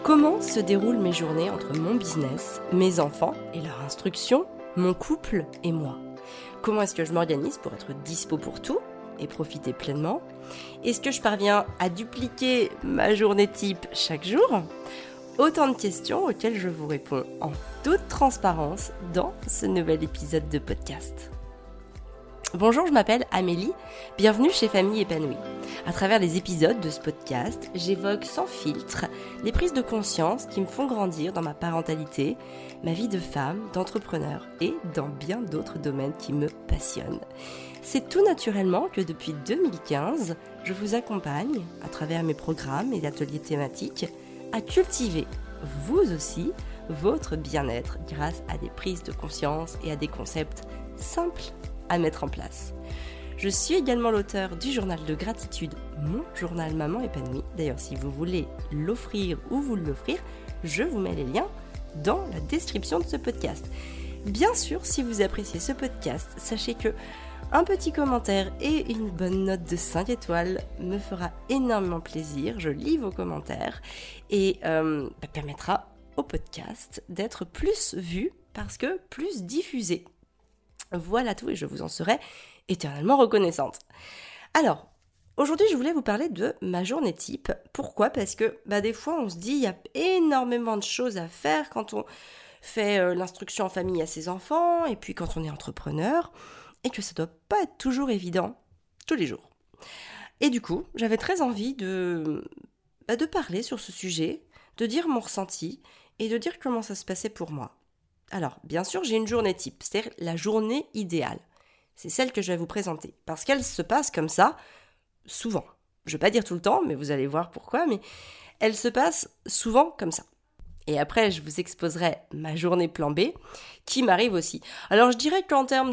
Comment se déroulent mes journées entre mon business, mes enfants et leur instruction, mon couple et moi? Comment est-ce que je m'organise pour être dispo pour tout et profiter pleinement? Est-ce que je parviens à dupliquer ma journée type chaque jour? Autant de questions auxquelles je vous réponds en toute transparence dans ce nouvel épisode de podcast. Bonjour, je m'appelle Amélie, bienvenue chez Famille Épanouie. À travers les épisodes de ce podcast, j'évoque sans filtre les prises de conscience qui me font grandir dans ma parentalité, ma vie de femme, d'entrepreneur et dans bien d'autres domaines qui me passionnent. C'est tout naturellement que depuis 2015, je vous accompagne, à travers mes programmes et ateliers thématiques, à cultiver, vous aussi, votre bien-être grâce à des prises de conscience et à des concepts simples à mettre en place. Je suis également l'auteur du journal de gratitude, mon journal Maman Épanouie. D'ailleurs, si vous voulez l'offrir ou vous l'offrir, je vous mets les liens dans la description de ce podcast. Bien sûr, si vous appréciez ce podcast, sachez que un petit commentaire et une bonne note de 5 étoiles me fera énormément plaisir. Je lis vos commentaires et permettra au podcast d'être plus vu parce que plus diffusé. Voilà tout et je vous en serai éternellement reconnaissante. Alors, aujourd'hui je voulais vous parler de ma journée type. Pourquoi ? Parce que des fois on se dit il y a énormément de choses à faire quand on fait l'instruction en famille à ses enfants et puis quand on est entrepreneur et que ça doit pas être toujours évident tous les jours. Et du coup, j'avais très envie de parler sur ce sujet, de dire mon ressenti et de dire comment ça se passait pour moi. Alors, bien sûr, j'ai une journée type, c'est-à-dire la journée idéale. C'est celle que je vais vous présenter, parce qu'elle se passe comme ça, souvent. Je ne vais pas dire tout le temps, mais vous allez voir pourquoi, mais elle se passe souvent comme ça. Et après, je vous exposerai ma journée plan B, qui m'arrive aussi. Alors, je dirais qu'en termes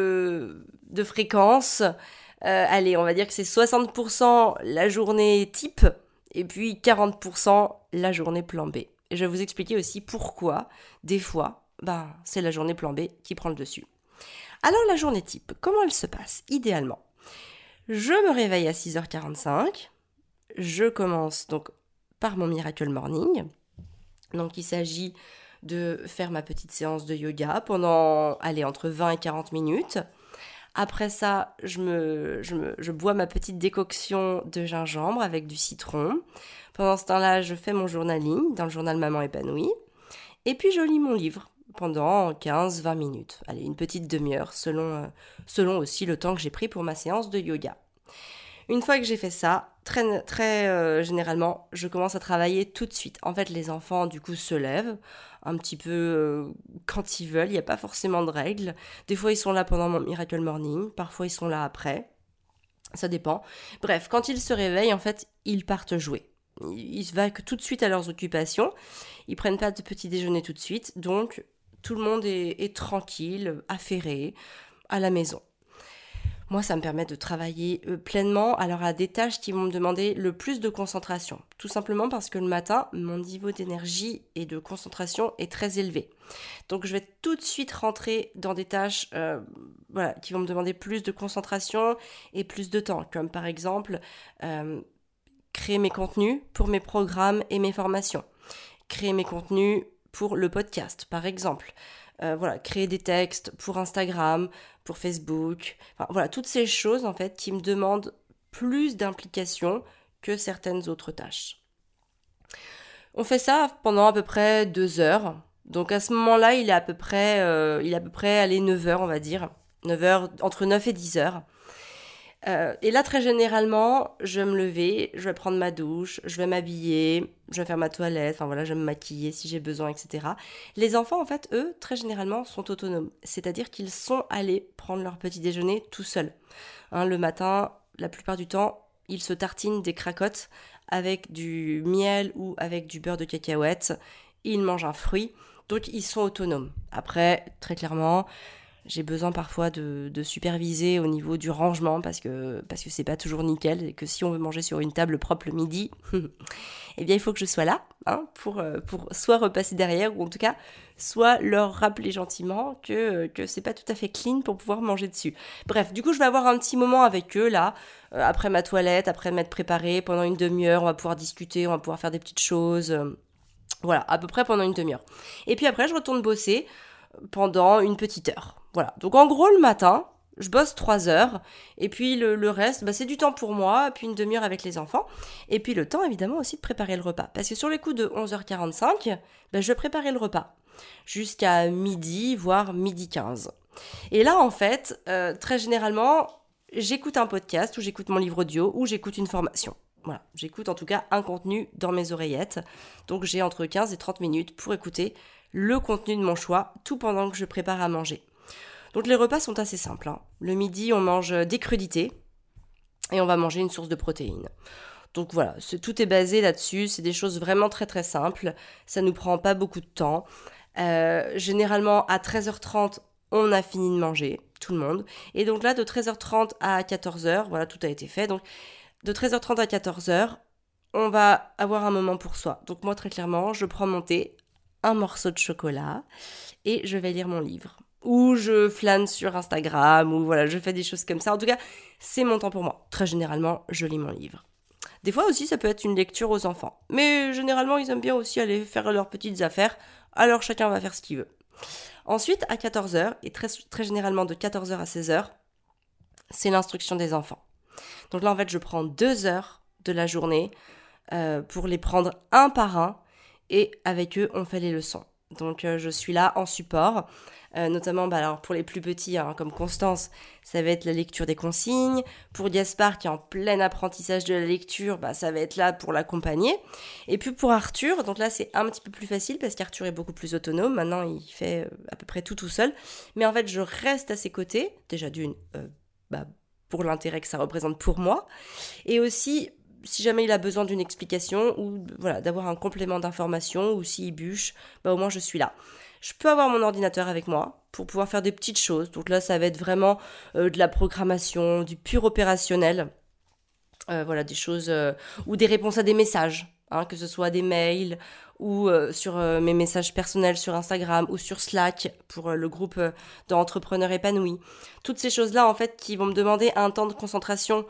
de fréquence, allez, on va dire que c'est 60% la journée type, et puis 40% la journée plan B. Et je vais vous expliquer aussi pourquoi, des fois, c'est la journée plan B qui prend le dessus. Alors la journée type, comment elle se passe idéalement? Je me réveille à 6h45, je commence donc par mon Miracle Morning. Donc il s'agit de faire ma petite séance de yoga pendant, entre 20 et 40 minutes. Après ça, je bois ma petite décoction de gingembre avec du citron. Pendant ce temps-là, je fais mon journaling dans le journal Maman Épanouie. Et puis je lis mon livre pendant 15-20 minutes. Allez, une petite demi-heure selon aussi le temps que j'ai pris pour ma séance de yoga. Une fois que j'ai fait ça, très généralement, je commence à travailler tout de suite. En fait, les enfants, du coup, se lèvent un petit peu quand ils veulent. Il n'y a pas forcément de règles. Des fois, ils sont là pendant mon Miracle Morning. Parfois, ils sont là après. Ça dépend. Bref, quand ils se réveillent, en fait, ils partent jouer. Ils vont tout de suite à leurs occupations. Ils prennent pas de petit déjeuner tout de suite. Donc, tout le monde est tranquille, affairé, à la maison. Moi, ça me permet de travailler pleinement à des tâches qui vont me demander le plus de concentration. Tout simplement parce que le matin, mon niveau d'énergie et de concentration est très élevé. Donc, je vais tout de suite rentrer dans des tâches qui vont me demander plus de concentration et plus de temps. Comme par exemple, créer mes contenus pour mes programmes et mes formations. Créer mes contenus pour le podcast, par exemple. Créer des textes pour Instagram, pour Facebook. Toutes ces choses, en fait, qui me demandent plus d'implication que certaines autres tâches. On fait ça pendant à peu près 2 heures. Donc, à ce moment-là, il est à peu près 9 heures, on va dire. 9 heures, entre 9 et 10 heures. Et là, très généralement, je vais me lever, je vais prendre ma douche, je vais m'habiller, je vais faire ma toilette, je vais me maquiller si j'ai besoin, etc. Les enfants, en fait, eux, très généralement, sont autonomes. C'est-à-dire qu'ils sont allés prendre leur petit déjeuner tout seuls. Le matin, la plupart du temps, ils se tartinent des cracottes avec du miel ou avec du beurre de cacahuète. Ils mangent un fruit, donc ils sont autonomes. Après, très clairement, j'ai besoin parfois de superviser au niveau du rangement parce que c'est pas toujours nickel et que si on veut manger sur une table propre le midi, eh bien il faut que je sois là pour soit repasser derrière ou en tout cas soit leur rappeler gentiment que c'est pas tout à fait clean pour pouvoir manger dessus. Bref, du coup je vais avoir un petit moment avec eux là, après ma toilette, après m'être préparée, pendant une demi-heure, on va pouvoir discuter, on va pouvoir faire des petites choses. Voilà, à peu près pendant une demi-heure. Et puis après, je retourne bosser pendant une petite heure. Voilà, donc en gros, le matin, je bosse 3 heures, et puis le reste, c'est du temps pour moi, puis une demi-heure avec les enfants, et puis le temps, évidemment, aussi de préparer le repas. Parce que sur les coups de 11h45, je vais préparer le repas, jusqu'à midi, voire midi 15. Et là, en fait, très généralement, j'écoute un podcast, ou j'écoute mon livre audio, ou j'écoute une formation. Voilà, j'écoute en tout cas un contenu dans mes oreillettes, donc j'ai entre 15 et 30 minutes pour écouter le contenu de mon choix, tout pendant que je prépare à manger. Donc les repas sont assez simples. Le midi, on mange des crudités et on va manger une source de protéines. Donc voilà, tout est basé là-dessus. C'est des choses vraiment très très simples. Ça nous prend pas beaucoup de temps. Généralement, à 13h30, on a fini de manger, tout le monde. Et donc là, de 13h30 à 14h, voilà, tout a été fait. Donc de 13h30 à 14h, on va avoir un moment pour soi. Donc moi, très clairement, je prends mon thé, un morceau de chocolat et je vais lire mon livre. Ou je flâne sur Instagram, ou voilà, je fais des choses comme ça. En tout cas, c'est mon temps pour moi. Très généralement, je lis mon livre. Des fois aussi, ça peut être une lecture aux enfants. Mais généralement, ils aiment bien aussi aller faire leurs petites affaires, alors chacun va faire ce qu'il veut. Ensuite, à 14h, et très, très généralement de 14h à 16h, c'est l'instruction des enfants. Donc là, en fait, je prends 2 heures de la journée pour les prendre un par un, et avec eux, on fait les leçons. Donc je suis là en support, notamment alors pour les plus petits, comme Constance, ça va être la lecture des consignes. Pour Gaspard qui est en plein apprentissage de la lecture, ça va être là pour l'accompagner. Et puis pour Arthur, donc là c'est un petit peu plus facile parce qu'Arthur est beaucoup plus autonome, maintenant il fait à peu près tout seul. Mais en fait je reste à ses côtés, déjà d'une, pour l'intérêt que ça représente pour moi, et aussi si jamais il a besoin d'une explication ou voilà, d'avoir un complément d'information ou s'il bûche, au moins je suis là. Je peux avoir mon ordinateur avec moi pour pouvoir faire des petites choses. Donc là, ça va être vraiment de la programmation, du pur opérationnel. Voilà, des choses ou des réponses à des messages, que ce soit des mails ou sur mes messages personnels sur Instagram ou sur Slack pour le groupe d'entrepreneurs épanouis. Toutes ces choses-là, en fait, qui vont me demander un temps de concentration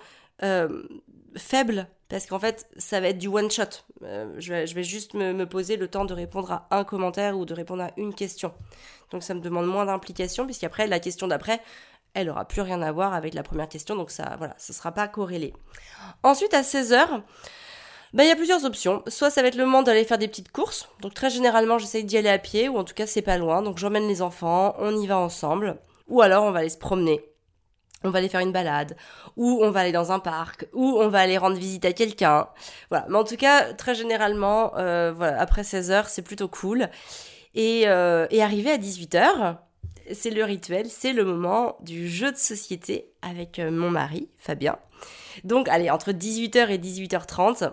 faible, parce qu'en fait, ça va être du one-shot. Je vais juste me poser le temps de répondre à un commentaire ou de répondre à une question. Donc ça me demande moins d'implication, puisqu'après, la question d'après, elle n'aura plus rien à voir avec la première question, donc ça ne sera pas corrélé. Ensuite, à 16h, il y a plusieurs options. Soit ça va être le moment d'aller faire des petites courses. Donc très généralement, j'essaye d'y aller à pied, ou en tout cas, c'est pas loin. Donc j'emmène les enfants, on y va ensemble. Ou alors, on va aller se promener. On va aller faire une balade, ou on va aller dans un parc, ou on va aller rendre visite à quelqu'un. Voilà. Mais en tout cas, très généralement, après 16h, c'est plutôt cool. Et arrivé à 18h, c'est le rituel, c'est le moment du jeu de société avec mon mari, Fabien. Donc, allez, entre 18h et 18h30,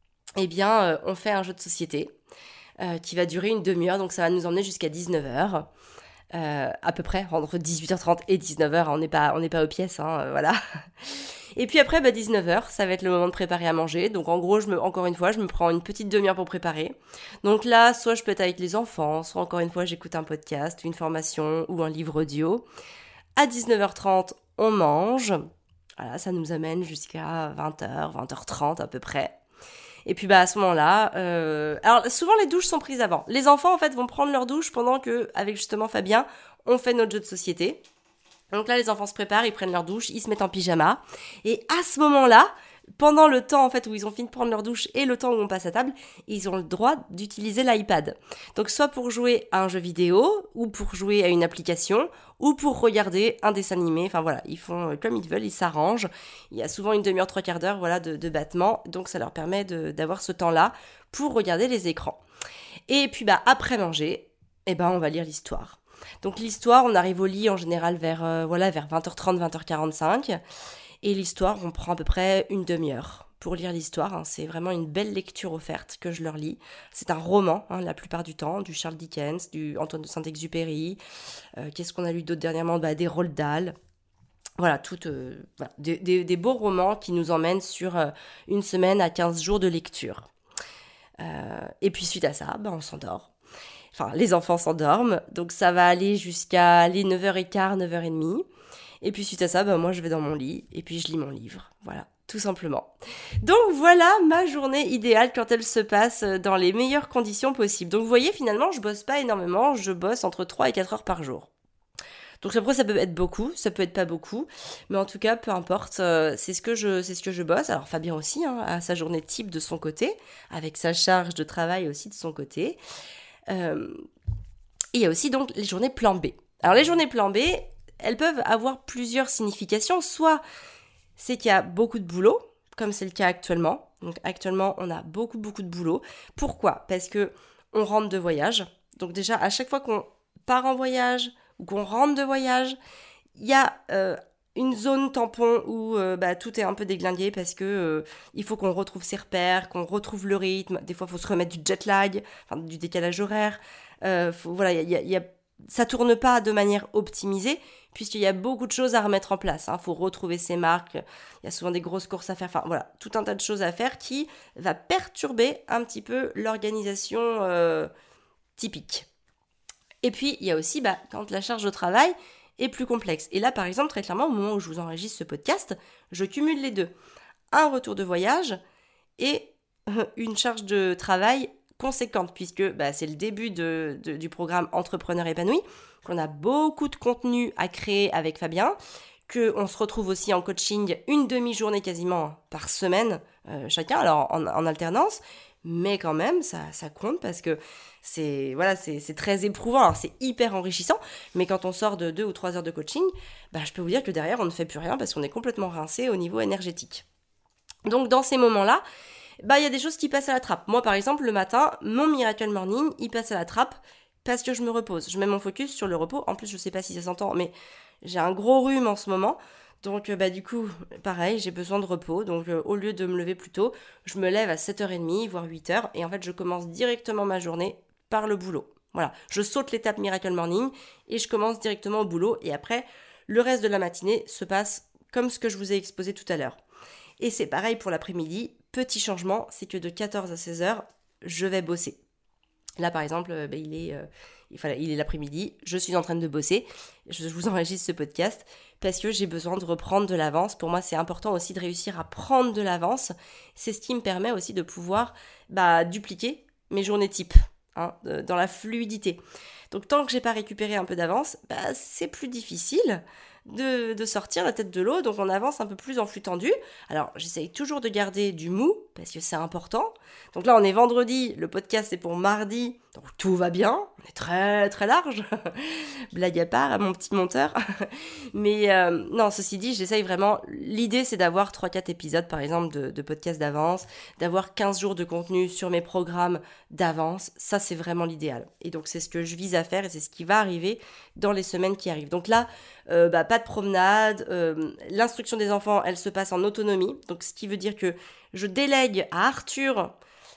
on fait un jeu de société qui va durer une demi-heure, donc ça va nous emmener jusqu'à 19h. À peu près, entre 18h30 et 19h, on n'est pas aux pièces, voilà. Et puis après, 19h, ça va être le moment de préparer à manger. Donc en gros, encore une fois, je me prends une petite demi-heure pour préparer. Donc là, soit je peux être avec les enfants, soit encore une fois, j'écoute un podcast, une formation ou un livre audio. À 19h30, on mange. Voilà, ça nous amène jusqu'à 20h, 20h30 à peu près. Et puis à ce moment-là, alors souvent les douches sont prises avant. Les enfants en fait vont prendre leur douche pendant que, avec justement Fabien, on fait notre jeu de société. Donc là les enfants se préparent, ils prennent leur douche, ils se mettent en pyjama. Et à ce moment-là, pendant le temps en fait où ils ont fini de prendre leur douche et le temps où on passe à table, ils ont le droit d'utiliser l'iPad. Donc soit pour jouer à un jeu vidéo, ou pour jouer à une application, ou pour regarder un dessin animé. Enfin voilà, ils font comme ils veulent, ils s'arrangent. Il y a souvent une demi-heure, 3/4 d'heure de battement, donc ça leur permet d'avoir ce temps-là pour regarder les écrans. Et puis après manger, on va lire l'histoire. Donc l'histoire, on arrive au lit en général vers 20h30, 20h45. Et l'histoire, on prend à peu près une demi-heure pour lire l'histoire. C'est vraiment une belle lecture offerte que je leur lis. C'est un roman, la plupart du temps, du Charles Dickens, du Antoine de Saint-Exupéry. Qu'est-ce qu'on a lu d'autre dernièrement ? Des Roald Dahl. Voilà, des beaux romans qui nous emmènent sur une semaine à 15 jours de lecture. Et puis suite à ça, on s'endort. Enfin, les enfants s'endorment, donc ça va aller jusqu'à 9h15, 9h30. Et puis suite à ça, moi je vais dans mon lit et puis je lis mon livre. Voilà, tout simplement. Donc voilà ma journée idéale quand elle se passe dans les meilleures conditions possibles. Donc vous voyez, finalement, je bosse pas énormément, je bosse entre 3 et 4 heures par jour. Donc après, ça peut être beaucoup, ça peut être pas beaucoup, mais en tout cas, peu importe, c'est ce que je bosse. Alors Fabien aussi, a sa journée type de son côté, avec sa charge de travail aussi de son côté. Il y a aussi donc les journées plan B. Alors les journées plan B, elles peuvent avoir plusieurs significations. Soit c'est qu'il y a beaucoup de boulot, comme c'est le cas actuellement. Donc actuellement, on a beaucoup de boulot. Pourquoi ? Parce que on rentre de voyage. Donc déjà, à chaque fois qu'on part en voyage ou qu'on rentre de voyage, il y a une zone tampon où tout est un peu déglingué parce que il faut qu'on retrouve ses repères, qu'on retrouve le rythme. Des fois, il faut se remettre du jet lag, enfin du décalage horaire. Ça tourne pas de manière optimisée puisqu'il y a beaucoup de choses à remettre en place. Faut retrouver ses marques, il y a souvent des grosses courses à faire. Enfin voilà, tout un tas de choses à faire qui va perturber un petit peu l'organisation typique. Et puis il y a aussi quand la charge de travail est plus complexe. Et là, par exemple, très clairement, au moment où je vous enregistre ce podcast, je cumule les deux. Un retour de voyage et une charge de travail conséquente, puisque c'est le début du programme Entrepreneur épanoui, qu'on a beaucoup de contenu à créer avec Fabien, qu'on se retrouve aussi en coaching une demi-journée quasiment par semaine chacun, alors en alternance, mais quand même, ça compte parce que c'est très éprouvant. Alors, c'est hyper enrichissant, mais quand on sort de 2 ou 3 heures de coaching, je peux vous dire que derrière, on ne fait plus rien parce qu'on est complètement rincé au niveau énergétique. Donc, dans ces moments-là, il y a des choses qui passent à la trappe. Moi, par exemple, le matin, mon Miracle Morning, il passe à la trappe parce que je me repose. Je mets mon focus sur le repos. En plus, je sais pas si ça s'entend, mais j'ai un gros rhume en ce moment. Donc, du coup, pareil, j'ai besoin de repos. Donc, au lieu de me lever plus tôt, je me lève à 7h30, voire 8h. Et en fait, je commence directement ma journée par le boulot. Voilà, je saute l'étape Miracle Morning et je commence directement au boulot. Et après, le reste de la matinée se passe comme ce que je vous ai exposé tout à l'heure. Et c'est pareil pour l'après-midi. Petit changement, c'est que de 14 à 16h, je vais bosser. Là, par exemple, il est l'après-midi, je suis en train de bosser, je vous enregistre ce podcast parce que j'ai besoin de reprendre de l'avance. Pour moi, c'est important aussi de réussir à prendre de l'avance. C'est ce qui me permet aussi de pouvoir dupliquer mes journées type, dans la fluidité. Donc, tant que j'ai pas récupéré un peu d'avance, c'est plus difficile de sortir la tête de l'eau, donc on avance un peu plus en flux tendu. Alors j'essaye toujours de garder du mou, parce que c'est important. Donc là on est vendredi, le podcast est pour mardi, donc tout va bien, on est très très large, blague à part à mon petit monteur. Mais non, ceci dit, j'essaye vraiment, l'idée c'est d'avoir 3-4 épisodes par exemple de podcast d'avance, d'avoir 15 jours de contenu sur mes programmes d'avance, ça c'est vraiment l'idéal. Et donc c'est ce que je vise à faire et c'est ce qui va arriver dans les semaines qui arrivent. Donc là, pas de promenade, l'instruction des enfants, elle se passe en autonomie, donc ce qui veut dire que je délègue à Arthur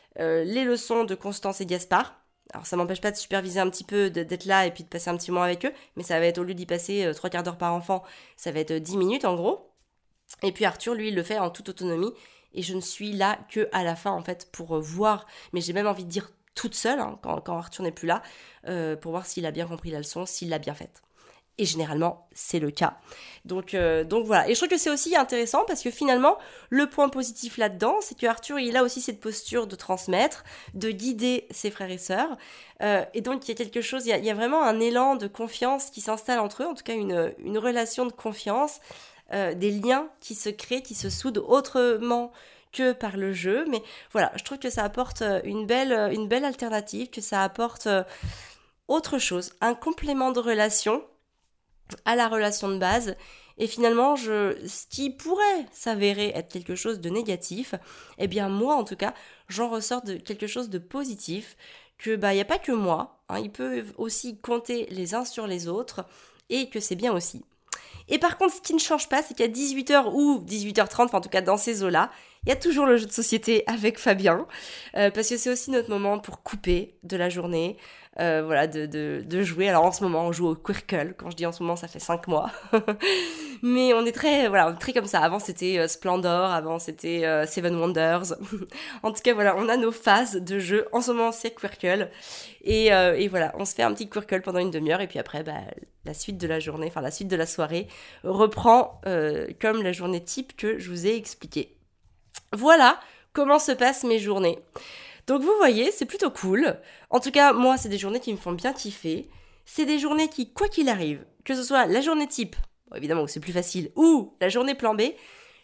les leçons de Constance et Gaspard. Alors ça m'empêche pas de superviser un petit peu, d'être là et puis de passer un petit moment avec eux, mais ça va être, au lieu d'y passer 3/4 d'heure par enfant, ça va être 10 minutes en gros. Et puis Arthur, lui, il le fait en toute autonomie, et je ne suis là que à la fin en fait pour voir, mais j'ai même envie de dire toute seule, quand Arthur n'est plus là, pour voir s'il a bien compris la leçon, s'il l'a bien faite. Et généralement, c'est le cas. Donc voilà. Et je trouve que c'est aussi intéressant parce que finalement, le point positif là-dedans, c'est que Arthur, il a aussi cette posture de transmettre, de guider ses frères et sœurs. Et donc, il y a quelque chose, il y a vraiment un élan de confiance qui s'installe entre eux, en tout cas une relation de confiance, des liens qui se créent, qui se soudent autrement que par le jeu. Mais voilà, je trouve que ça apporte une belle alternative, que ça apporte autre chose, un complément de relation à la relation de base. Et finalement, ce qui pourrait s'avérer être quelque chose de négatif, eh bien moi en tout cas, j'en ressors de quelque chose de positif, que il n'y a pas que moi, ils peuvent aussi compter les uns sur les autres, et que c'est bien aussi. Et par contre, ce qui ne change pas, c'est qu'à 18h ou 18h30, enfin en tout cas dans ces eaux-là, il y a toujours le jeu de société avec Fabien, parce que c'est aussi notre moment pour couper de la journée, de jouer. Alors en ce moment, on joue au Quirkle. Quand je dis en ce moment, ça fait 5 mois. Mais on est très comme ça. Avant, c'était Splendor, avant, c'était Seven Wonders. En tout cas, voilà, on a nos phases de jeu. En ce moment, c'est Quirkle. Et voilà, on se fait un petit Quirkle pendant une demi-heure, et puis après, la suite de la journée, enfin la suite de la soirée, reprend comme la journée type que je vous ai expliqué. Voilà comment se passent mes journées. Donc vous voyez, c'est plutôt cool. En tout cas, moi, c'est des journées qui me font bien kiffer. C'est des journées qui, quoi qu'il arrive, que ce soit la journée type, bon, évidemment où c'est plus facile, ou la journée plan B,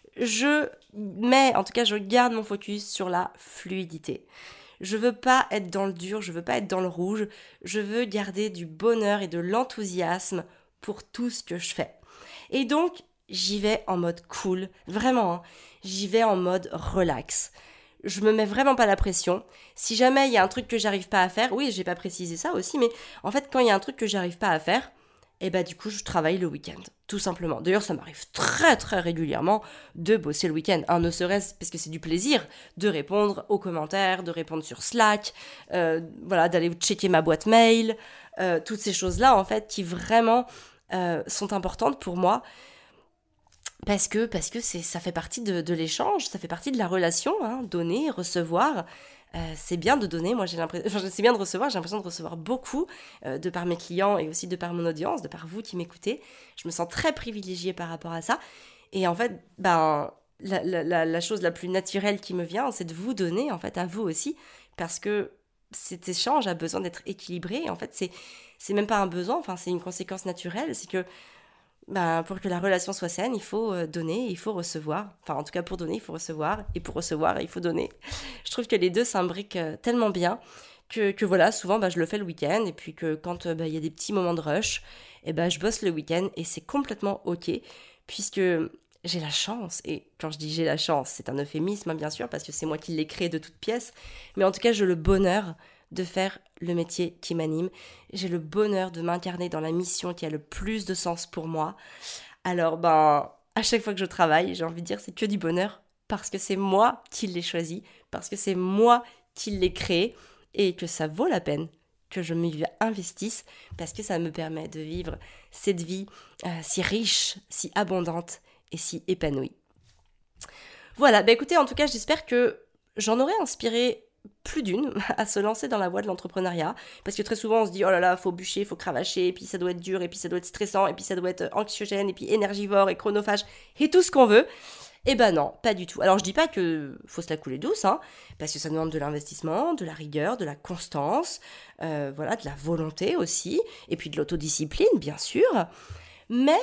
je garde mon focus sur la fluidité. Je veux pas être dans le dur, je veux pas être dans le rouge, je veux garder du bonheur et de l'enthousiasme pour tout ce que je fais. Et donc, j'y vais en mode cool, vraiment, hein. J'y vais en mode relax. Je me mets vraiment pas la pression. Si jamais il y a un truc que j'arrive pas à faire, oui, j'ai pas précisé ça aussi, mais en fait, quand il y a un truc que j'arrive pas à faire, du coup, je travaille le week-end, tout simplement. D'ailleurs, ça m'arrive très très régulièrement de bosser le week-end, ne serait-ce parce que c'est du plaisir de répondre aux commentaires, de répondre sur Slack, d'aller checker ma boîte mail, toutes ces choses-là, en fait, qui vraiment sont importantes pour moi. Parce que ça fait partie de l'échange, ça fait partie de la relation, hein, donner, recevoir. C'est bien de donner, moi c'est bien de recevoir, j'ai l'impression de recevoir beaucoup de par mes clients et aussi de par mon audience, de par vous qui m'écoutez. Je me sens très privilégiée par rapport à ça. Et en fait, la chose la plus naturelle qui me vient, c'est de vous donner, en fait, à vous aussi, parce que cet échange a besoin d'être équilibré. En fait, c'est même pas un besoin, enfin, c'est une conséquence naturelle, c'est que pour que la relation soit saine, il faut donner, il faut recevoir. Enfin, en tout cas, pour donner, il faut recevoir. Et pour recevoir, il faut donner. Je trouve que les deux s'imbriquent tellement bien que voilà, souvent, je le fais le week-end. Et puis que quand il y a des petits moments de rush, je bosse le week-end. Et c'est complètement OK, puisque j'ai la chance. Et quand je dis j'ai la chance, c'est un euphémisme, hein, bien sûr, parce que c'est moi qui l'ai créé de toutes pièces. Mais en tout cas, j'ai le bonheur de faire le métier qui m'anime. J'ai le bonheur de m'incarner dans la mission qui a le plus de sens pour moi. Alors, à chaque fois que je travaille, j'ai envie de dire, c'est que du bonheur parce que c'est moi qui l'ai choisi, parce que c'est moi qui l'ai créé et que ça vaut la peine que je m'y investisse parce que ça me permet de vivre cette vie si riche, si abondante et si épanouie. Voilà, écoutez, en tout cas, j'espère que j'en aurai inspiré plus d'une à se lancer dans la voie de l'entrepreneuriat, parce que très souvent on se dit oh là là, faut bûcher, faut cravacher, et puis ça doit être dur, et puis ça doit être stressant, et puis ça doit être anxiogène, et puis énergivore et chronophage et tout ce qu'on veut. Non, pas du tout. Alors je dis pas que faut se la couler douce, hein, parce que ça demande de l'investissement, de la rigueur, de la constance, de la volonté aussi, et puis de l'autodiscipline bien sûr, mais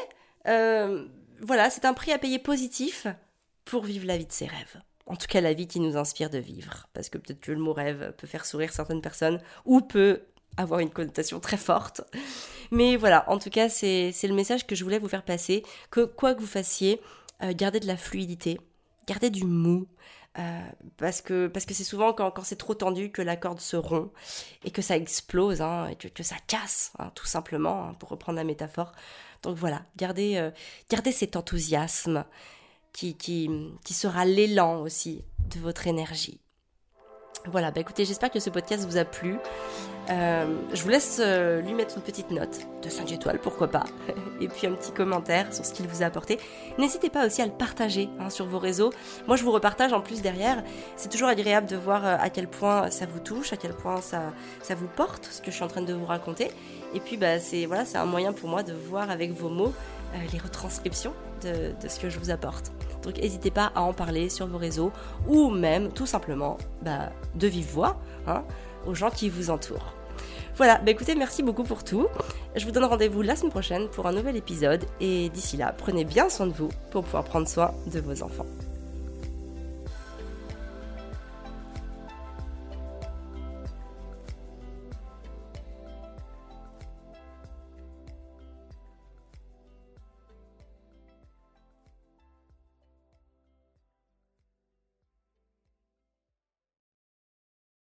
c'est un prix à payer positif pour vivre la vie de ses rêves. En tout cas, la vie qui nous inspire de vivre. Parce que peut-être que le mot rêve peut faire sourire certaines personnes ou peut avoir une connotation très forte. Mais voilà, en tout cas, c'est le message que je voulais vous faire passer. Que quoi que vous fassiez, gardez de la fluidité, gardez du mou. Parce que c'est souvent quand c'est trop tendu que la corde se rompt et que ça explose, hein, et que ça casse, hein, tout simplement, hein, pour reprendre la métaphore. Donc voilà, gardez cet enthousiasme qui sera l'élan aussi de votre énergie. Voilà, écoutez, j'espère que ce podcast vous a plu. Je vous laisse lui mettre une petite note de 5 étoiles, pourquoi pas, et puis un petit commentaire sur ce qu'il vous a apporté. N'hésitez pas aussi à le partager sur vos réseaux. Moi, je vous repartage en plus derrière. C'est toujours agréable de voir à quel point ça vous touche, à quel point ça vous porte, ce que je suis en train de vous raconter. Et puis, c'est un moyen pour moi de voir avec vos mots les retranscriptions de ce que je vous apporte. Donc n'hésitez pas à en parler sur vos réseaux ou même tout simplement de vive voix aux gens qui vous entourent. Voilà, écoutez, merci beaucoup pour tout. Je vous donne rendez-vous la semaine prochaine pour un nouvel épisode et d'ici là, prenez bien soin de vous pour pouvoir prendre soin de vos enfants.